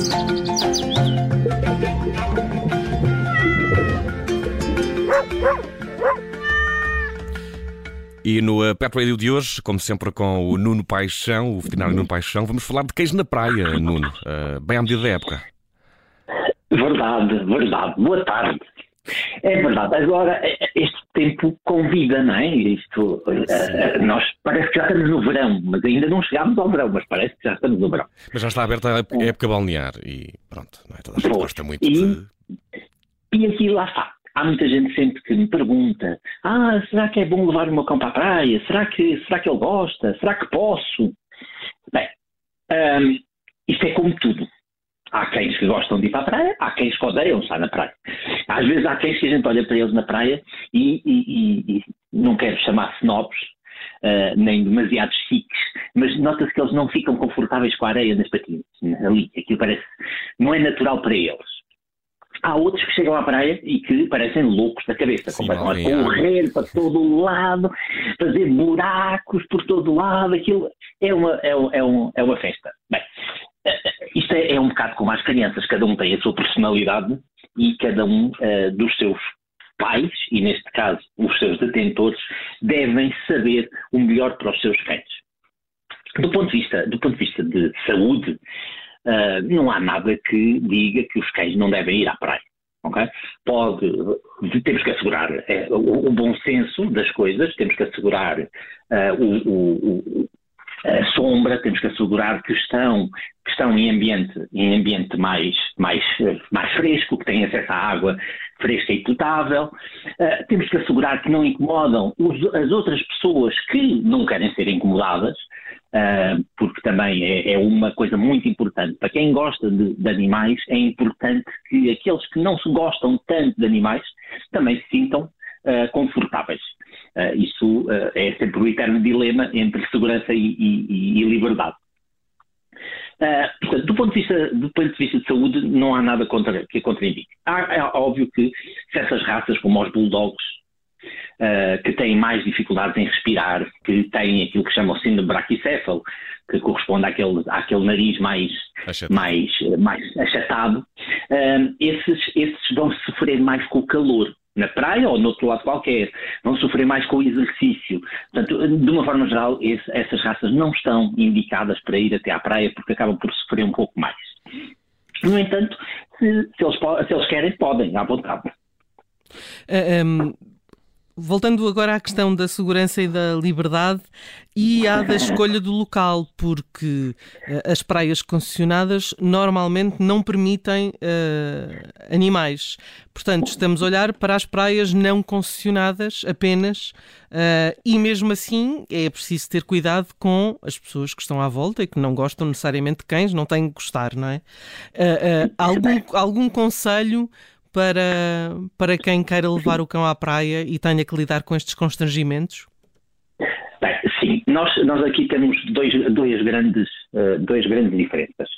E no Pet Radio de hoje, como sempre com o Nuno Paixão, o veterinário Nuno Paixão, vamos falar de queijo na praia, Nuno, bem à medida da época. Verdade. Boa tarde. É verdade. Agora, este tempo convida, não é? Nós parece que já estamos no verão, mas ainda não chegámos ao verão, mas parece que já estamos no verão. Mas já está aberta a época balnear e pronto, não é? Toda a gente gosta muito de... E aqui lá está. Há muita gente sempre que me pergunta: será que é bom levar o meu cão para a praia? Será que ele gosta? Será que posso? Bem, isto é como tudo. Há cães que gostam de ir para a praia, há cães que odeiam estar na praia. Às vezes há cães que a gente olha para eles na praia e não quero chamar snobs, nem demasiado chiques, mas nota-se que eles não ficam confortáveis com a areia nas patinhas. Ali, aquilo parece, não é natural para eles. Há outros que chegam à praia e que parecem loucos da cabeça, começam a correr para todo o lado, fazer buracos por todo o lado, aquilo é uma festa. Bem, isto é um bocado como as crianças, cada um tem a sua personalidade e cada um dos seus pais, e neste caso os seus detentores, devem saber o melhor para os seus cães. Do ponto de vista de saúde, não há nada que diga que os cães não devem ir à praia. Okay? Temos que assegurar o bom senso das coisas, temos que assegurar a sombra, temos que assegurar que estão em ambiente mais fresco, que têm acesso à água fresca e potável. Temos que assegurar que não incomodam as outras pessoas que não querem ser incomodadas, porque também é uma coisa muito importante. Para quem gosta de animais, é importante que aqueles que não se gostam tanto de animais também se sintam confortáveis. Isso é sempre o eterno dilema entre segurança e liberdade. Portanto, do ponto de vista de saúde, não há nada que contraindique. É óbvio que certas raças, como os bulldogs, que têm mais dificuldades em respirar, que têm aquilo que chamam de síndrome braquicéfalo, que corresponde àquele nariz mais achatado, esses vão sofrer mais com o calor. Na praia ou no outro lado qualquer, vão sofrer mais com o exercício. Portanto, de uma forma geral, essas raças não estão indicadas para ir até à praia porque acabam por sofrer um pouco mais. No entanto, se eles querem, podem, à vontade. Voltando agora à questão da segurança e da liberdade e à da escolha do local, porque as praias concessionadas normalmente não permitem animais. Portanto, estamos a olhar para as praias não concessionadas apenas e mesmo assim é preciso ter cuidado com as pessoas que estão à volta e que não gostam necessariamente de cães, não têm que gostar, não é? Algum conselho para quem queira levar o cão à praia e tenha que lidar com estes constrangimentos? Bem, sim, nós aqui temos duas grandes diferenças.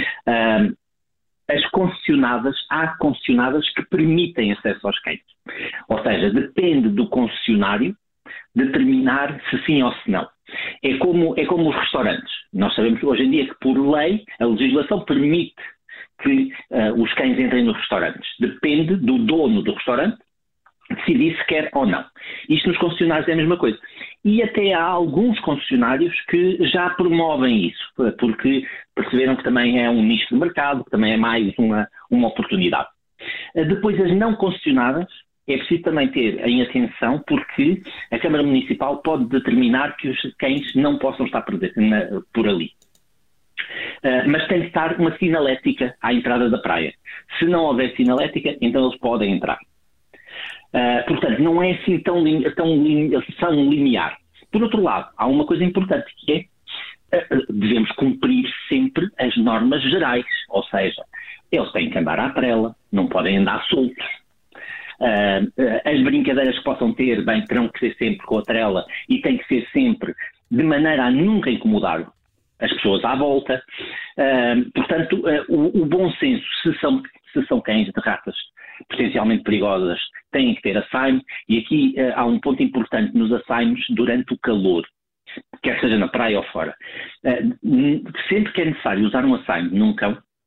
Há concessionadas que permitem acesso aos cães. Ou seja, depende do concessionário determinar se sim ou se não. É como os restaurantes. Nós sabemos hoje em dia que, por lei, a legislação permite que os cães entrem nos restaurantes. Depende do dono do restaurante decidir se quer ou não. Isto nos concessionários é a mesma coisa. E até há alguns concessionários que já promovem isso, porque perceberam que também é um nicho de mercado, que também é mais uma oportunidade. Depois, as não concessionadas, é preciso também ter em atenção, porque a Câmara Municipal pode determinar que os cães não possam estar por ali. Mas tem de estar uma sinalética à entrada da praia. Se não houver sinalética, então eles podem entrar. Portanto, não é assim tão linear. Por outro lado, há uma coisa importante que é devemos cumprir sempre as normas gerais. Ou seja, eles têm que andar à trela, não podem andar soltos. As brincadeiras que possam ter, terão que ser sempre com a trela e tem que ser sempre de maneira a nunca incomodar as pessoas à volta. Portanto, o bom senso, se são cães de raças potencialmente perigosas, têm que ter assaime, e aqui há um ponto importante nos assaimes durante o calor, quer seja na praia ou fora. Sempre que é necessário usar um assaime num cão,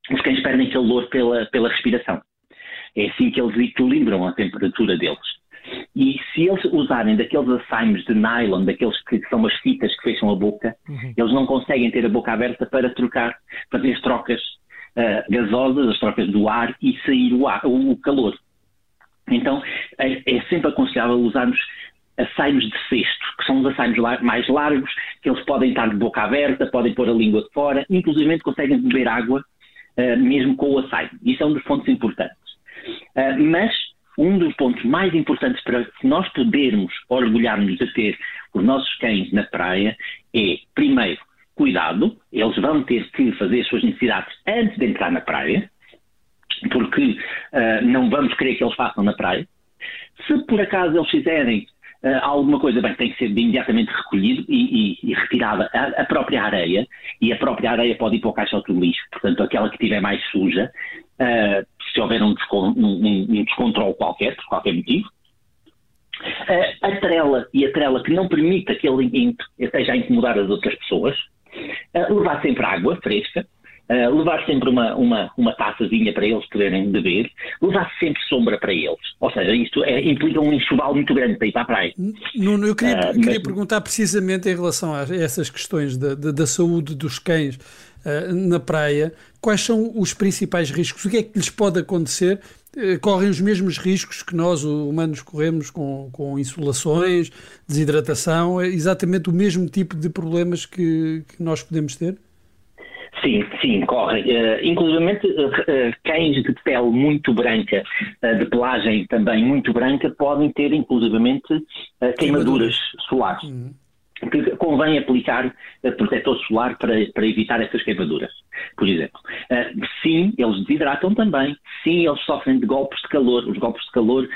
os cães perdem calor pela respiração. É assim que eles equilibram a temperatura deles. E se eles usarem daqueles assaimes de nylon, daqueles que são as fitas que fecham a boca, eles não conseguem ter a boca aberta para fazer as trocas gasosas, as trocas do ar e sair o calor. Então é sempre aconselhável usarmos assaimes de cesto, que são os assaimes mais largos, que eles podem estar de boca aberta, podem pôr a língua de fora, inclusive conseguem beber água mesmo com o assaime. Isso é um dos pontos importantes. Mas um dos pontos mais importantes para nós podermos orgulhar-nos de ter os nossos cães na praia é, primeiro, cuidado. Eles vão ter que fazer as suas necessidades antes de entrar na praia, porque não vamos querer que eles façam na praia. Se por acaso eles fizerem alguma coisa, bem, tem que ser imediatamente recolhido e retirada a própria areia, e a própria areia pode ir para o caixote do lixo, portanto aquela que estiver mais suja, se houver um descontrole qualquer, por qualquer motivo. A trela que não permita que ele esteja a incomodar as outras pessoas, levar sempre água fresca, levar sempre uma taçazinha para eles poderem beber, levar sempre sombra para eles. Ou seja, isto implica um enxoval muito grande para ir para a praia. Nuno, eu queria perguntar precisamente em relação a essas questões da saúde dos cães na praia. Quais são os principais riscos? O que é que lhes pode acontecer? Correm os mesmos riscos que nós, humanos, corremos com insolações, desidratação? É exatamente o mesmo tipo de problemas que nós podemos ter? Sim, correm. Inclusivamente, cães de pele muito branca, de pelagem também muito branca, podem ter, inclusivamente, queimaduras solares. Que convém aplicar protetor solar para evitar essas queimaduras, por exemplo. Sim, eles desidratam também. Sim, eles sofrem de golpes de calor. Os golpes de calor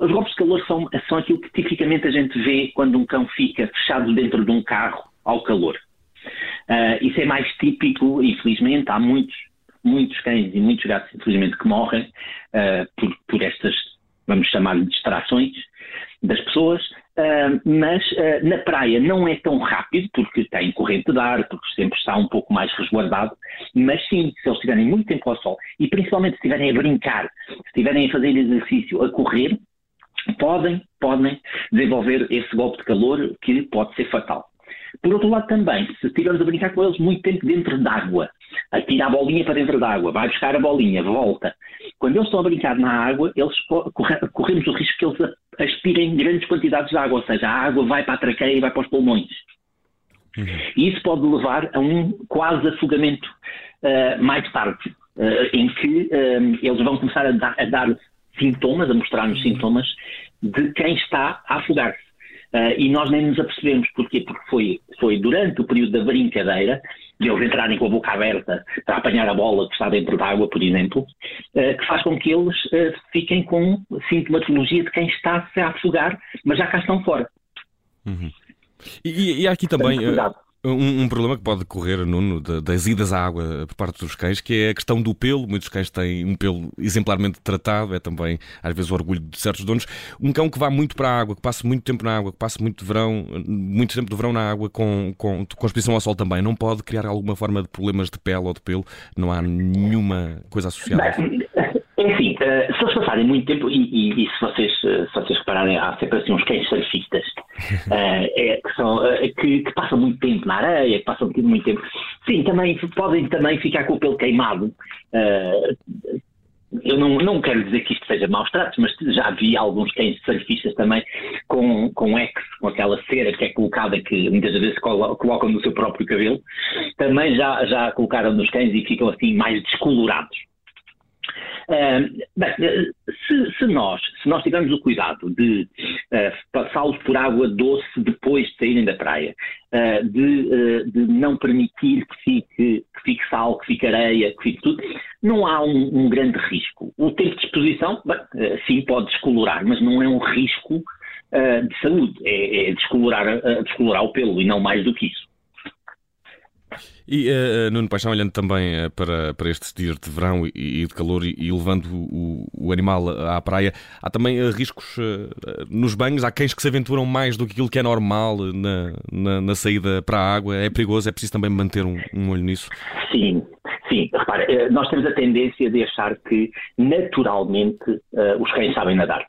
são aquilo que tipicamente a gente vê quando um cão fica fechado dentro de um carro ao calor. Isso é mais típico, infelizmente. Há muitos cães e muitos gatos, infelizmente, que morrem por estas, vamos chamar de distrações das pessoas, mas na praia não é tão rápido, porque tem corrente de ar, porque sempre está um pouco mais resguardado, mas sim, se eles estiverem muito tempo ao sol, e principalmente se estiverem a brincar, se estiverem a fazer exercício, a correr, podem desenvolver esse golpe de calor que pode ser fatal. Por outro lado também, se estivermos a brincar com eles muito tempo dentro d'água, a tirar a bolinha para dentro d'água, vai buscar a bolinha, volta. Quando eles estão a brincar na água, corremos o risco que eles aspirem grandes quantidades de água, ou seja, a água vai para a traqueia e vai para os pulmões. E isso pode levar a um quase afogamento mais tarde, em que eles vão começar a dar sintomas, a mostrar-nos sintomas de quem está a afogar-se. E nós nem nos apercebemos. Porquê? Porque foi durante o período da brincadeira, de eles entrarem com a boca aberta para apanhar a bola que está dentro da água, por exemplo, que faz com que eles fiquem com sintomatologia de quem está-se a afogar, mas já cá estão fora. E há aqui também um problema que pode decorrer, Nuno, das idas à água por parte dos cães, que é a questão do pelo. Muitos cães têm um pelo exemplarmente tratado, é também às vezes o orgulho de certos donos. Um cão que vá muito para a água, que passe muito tempo na água, que passe muito tempo de verão na água com exposição ao sol também, não pode criar alguma forma de problemas de pele ou de pelo? Não há nenhuma coisa associada? É assim, se eles passarem muito tempo, e se vocês repararem, há sempre assim uns cães surfistas que passam muito tempo na areia, que passam muito tempo. Sim, podem também ficar com o pelo queimado. Eu não quero dizer que isto seja maus tratos, mas já vi alguns cães surfistas também com aquela cera que é colocada, que muitas vezes colocam no seu próprio cabelo. Também já colocaram nos cães e ficam assim mais descolorados. Se nós tivermos o cuidado de passá-los por água doce depois de saírem da praia, de não permitir que fique sal, que fique areia, que fique tudo, não há um grande risco. O tempo de exposição, sim, pode descolorar, mas não é um risco de saúde, é descolorar o pelo e não mais do que isso. E, Nuno Paixão, olhando também para estes dias de verão e de calor e levando o animal à praia, há também riscos nos banhos? Há cães que se aventuram mais do que aquilo que é normal na saída para a água? É perigoso? É preciso também manter um olho nisso? Sim, Sim, repara, nós temos a tendência de achar que naturalmente os cães sabem nadar.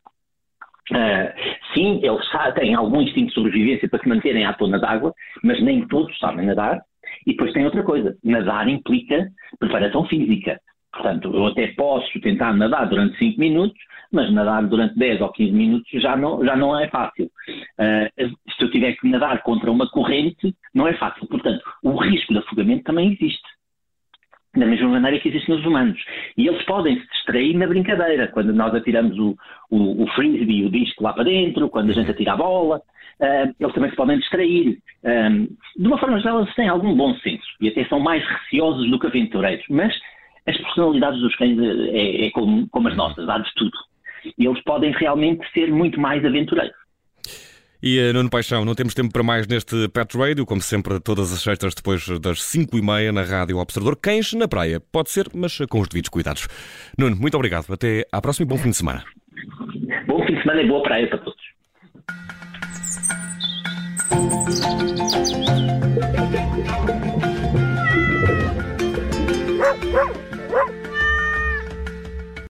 Sim, eles têm algum instinto de sobrevivência para se manterem à tona d'água, mas nem todos sabem nadar. E depois tem outra coisa, nadar implica preparação física. Portanto, eu até posso tentar nadar durante 5 minutos, mas nadar durante 10 ou 15 minutos já não é fácil. Se eu tiver que nadar contra uma corrente, não é fácil. Portanto, o risco de afogamento também existe. Da mesma maneira que existe nos humanos. E eles podem se distrair na brincadeira, quando nós atiramos o frisbee, o disco lá para dentro, quando a gente atira a bola, eles também se podem distrair. De uma forma geral, eles têm algum bom senso e até são mais receosos do que aventureiros, mas as personalidades dos cães é como as nossas, há de tudo. E eles podem realmente ser muito mais aventureiros. E Nuno Paixão, não temos tempo para mais neste Pet Radio, como sempre, todas as sextas depois das 5h30 na Rádio Observador. Cães na praia, pode ser, mas com os devidos cuidados. Nuno, muito obrigado. Até à próxima e bom fim de semana. Bom fim de semana e boa praia para todos.